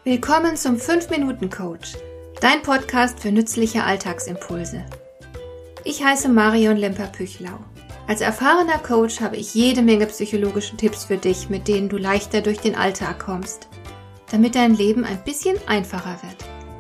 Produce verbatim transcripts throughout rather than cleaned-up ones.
Willkommen zum fünf Minuten Coach, dein Podcast für nützliche Alltagsimpulse. Ich heiße Marion Lemper-Püchlau. Als erfahrener Coach habe ich jede Menge psychologische Tipps für dich, mit denen du leichter durch den Alltag kommst, damit dein Leben ein bisschen einfacher wird.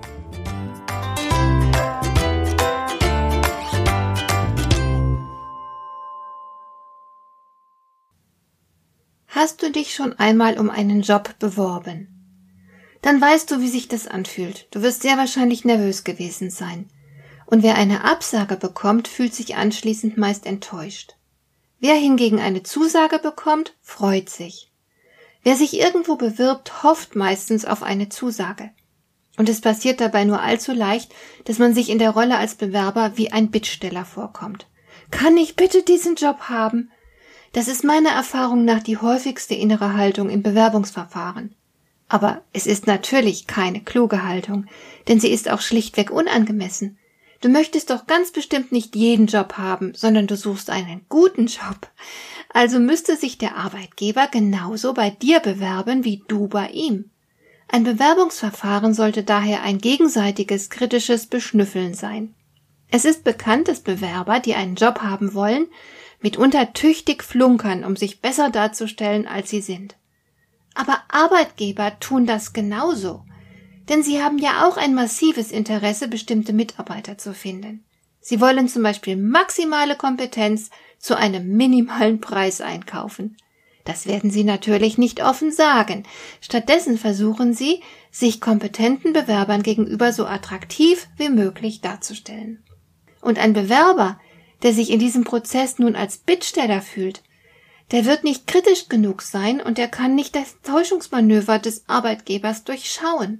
Hast du dich schon einmal um einen Job beworben? Dann weißt du, wie sich das anfühlt. Du wirst sehr wahrscheinlich nervös gewesen sein. Und wer eine Absage bekommt, fühlt sich anschließend meist enttäuscht. Wer hingegen eine Zusage bekommt, freut sich. Wer sich irgendwo bewirbt, hofft meistens auf eine Zusage. Und es passiert dabei nur allzu leicht, dass man sich in der Rolle als Bewerber wie ein Bittsteller vorkommt. Kann ich bitte diesen Job haben? Das ist meiner Erfahrung nach die häufigste innere Haltung im Bewerbungsverfahren. Aber es ist natürlich keine kluge Haltung, denn sie ist auch schlichtweg unangemessen. Du möchtest doch ganz bestimmt nicht jeden Job haben, sondern du suchst einen guten Job. Also müsste sich der Arbeitgeber genauso bei dir bewerben wie du bei ihm. Ein Bewerbungsverfahren sollte daher ein gegenseitiges, kritisches Beschnüffeln sein. Es ist bekannt, dass Bewerber, die einen Job haben wollen, mitunter tüchtig flunkern, um sich besser darzustellen, als sie sind. Aber Arbeitgeber tun das genauso, denn sie haben ja auch ein massives Interesse, bestimmte Mitarbeiter zu finden. Sie wollen zum Beispiel maximale Kompetenz zu einem minimalen Preis einkaufen. Das werden sie natürlich nicht offen sagen. Stattdessen versuchen sie, sich kompetenten Bewerbern gegenüber so attraktiv wie möglich darzustellen. Und ein Bewerber, der sich in diesem Prozess nun als Bittsteller fühlt, der wird nicht kritisch genug sein und er kann nicht das Täuschungsmanöver des Arbeitgebers durchschauen.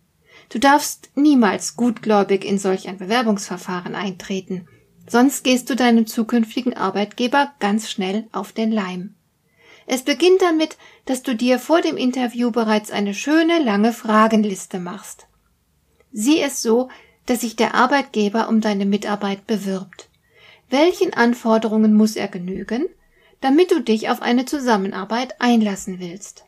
Du darfst niemals gutgläubig in solch ein Bewerbungsverfahren eintreten, sonst gehst du deinem zukünftigen Arbeitgeber ganz schnell auf den Leim. Es beginnt damit, dass du dir vor dem Interview bereits eine schöne, lange Fragenliste machst. Sieh es so, dass sich der Arbeitgeber um deine Mitarbeit bewirbt. Welchen Anforderungen muss er genügen, damit du dich auf eine Zusammenarbeit einlassen willst?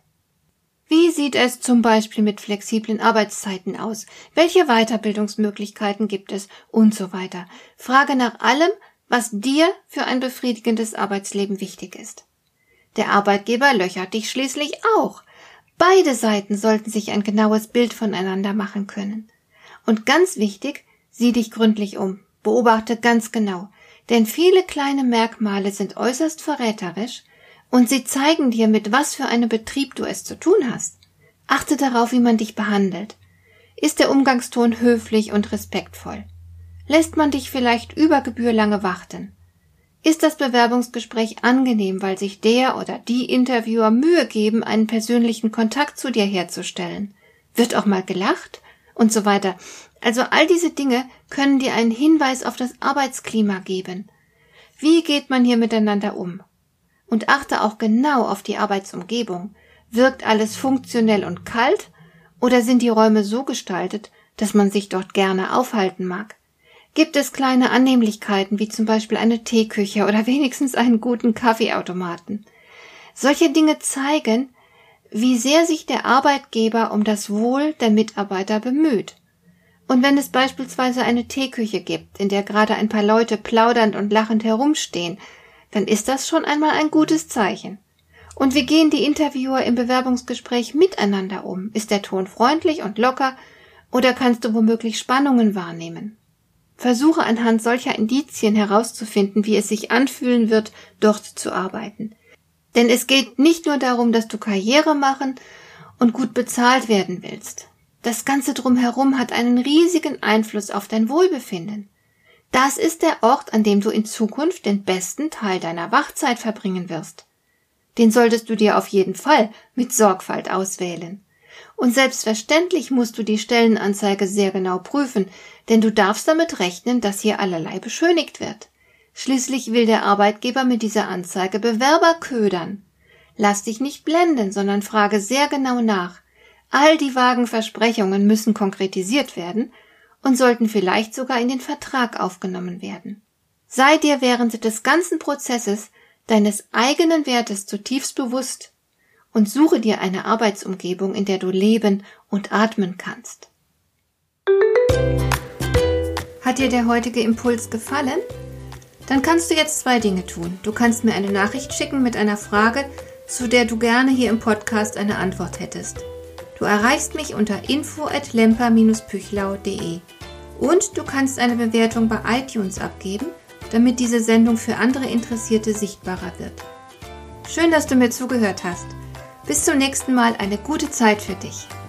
Wie sieht es zum Beispiel mit flexiblen Arbeitszeiten aus? Welche Weiterbildungsmöglichkeiten gibt es? Und so weiter. Frage nach allem, was dir für ein befriedigendes Arbeitsleben wichtig ist. Der Arbeitgeber löchert dich schließlich auch. Beide Seiten sollten sich ein genaues Bild voneinander machen können. Und ganz wichtig, sieh dich gründlich um. Beobachte ganz genau. Denn viele kleine Merkmale sind äußerst verräterisch und sie zeigen dir, mit was für einem Betrieb du es zu tun hast. Achte darauf, wie man dich behandelt. Ist der Umgangston höflich und respektvoll? Lässt man dich vielleicht über Gebühr lange warten? Ist das Bewerbungsgespräch angenehm, weil sich der oder die Interviewer Mühe geben, einen persönlichen Kontakt zu dir herzustellen? Wird auch mal gelacht? Und so weiter. Also all diese Dinge können dir einen Hinweis auf das Arbeitsklima geben. Wie geht man hier miteinander um? Und achte auch genau auf die Arbeitsumgebung. Wirkt alles funktionell und kalt oder sind die Räume so gestaltet, dass man sich dort gerne aufhalten mag? Gibt es kleine Annehmlichkeiten wie zum Beispiel eine Teeküche oder wenigstens einen guten Kaffeeautomaten? Solche Dinge zeigen, wie sehr sich der Arbeitgeber um das Wohl der Mitarbeiter bemüht. Und wenn es beispielsweise eine Teeküche gibt, in der gerade ein paar Leute plaudernd und lachend herumstehen, dann ist das schon einmal ein gutes Zeichen. Und wie gehen die Interviewer im Bewerbungsgespräch miteinander um? Ist der Ton freundlich und locker oder kannst du womöglich Spannungen wahrnehmen? Versuche anhand solcher Indizien herauszufinden, wie es sich anfühlen wird, dort zu arbeiten. Denn es geht nicht nur darum, dass du Karriere machen und gut bezahlt werden willst. Das Ganze drumherum hat einen riesigen Einfluss auf dein Wohlbefinden. Das ist der Ort, an dem du in Zukunft den besten Teil deiner Wachzeit verbringen wirst. Den solltest du dir auf jeden Fall mit Sorgfalt auswählen. Und selbstverständlich musst du die Stellenanzeige sehr genau prüfen, denn du darfst damit rechnen, dass hier allerlei beschönigt wird. Schließlich will der Arbeitgeber mit dieser Anzeige Bewerber ködern. Lass dich nicht blenden, sondern frage sehr genau nach. All die vagen Versprechungen müssen konkretisiert werden und sollten vielleicht sogar in den Vertrag aufgenommen werden. Sei dir während des ganzen Prozesses deines eigenen Wertes zutiefst bewusst und suche dir eine Arbeitsumgebung, in der du leben und atmen kannst. Hat dir der heutige Impuls gefallen? Dann kannst du jetzt zwei Dinge tun. Du kannst mir eine Nachricht schicken mit einer Frage, zu der du gerne hier im Podcast eine Antwort hättest. Du erreichst mich unter info at lemper dash püchlau punkt de und du kannst eine Bewertung bei iTunes abgeben, damit diese Sendung für andere Interessierte sichtbarer wird. Schön, dass du mir zugehört hast. Bis zum nächsten Mal, eine gute Zeit für dich.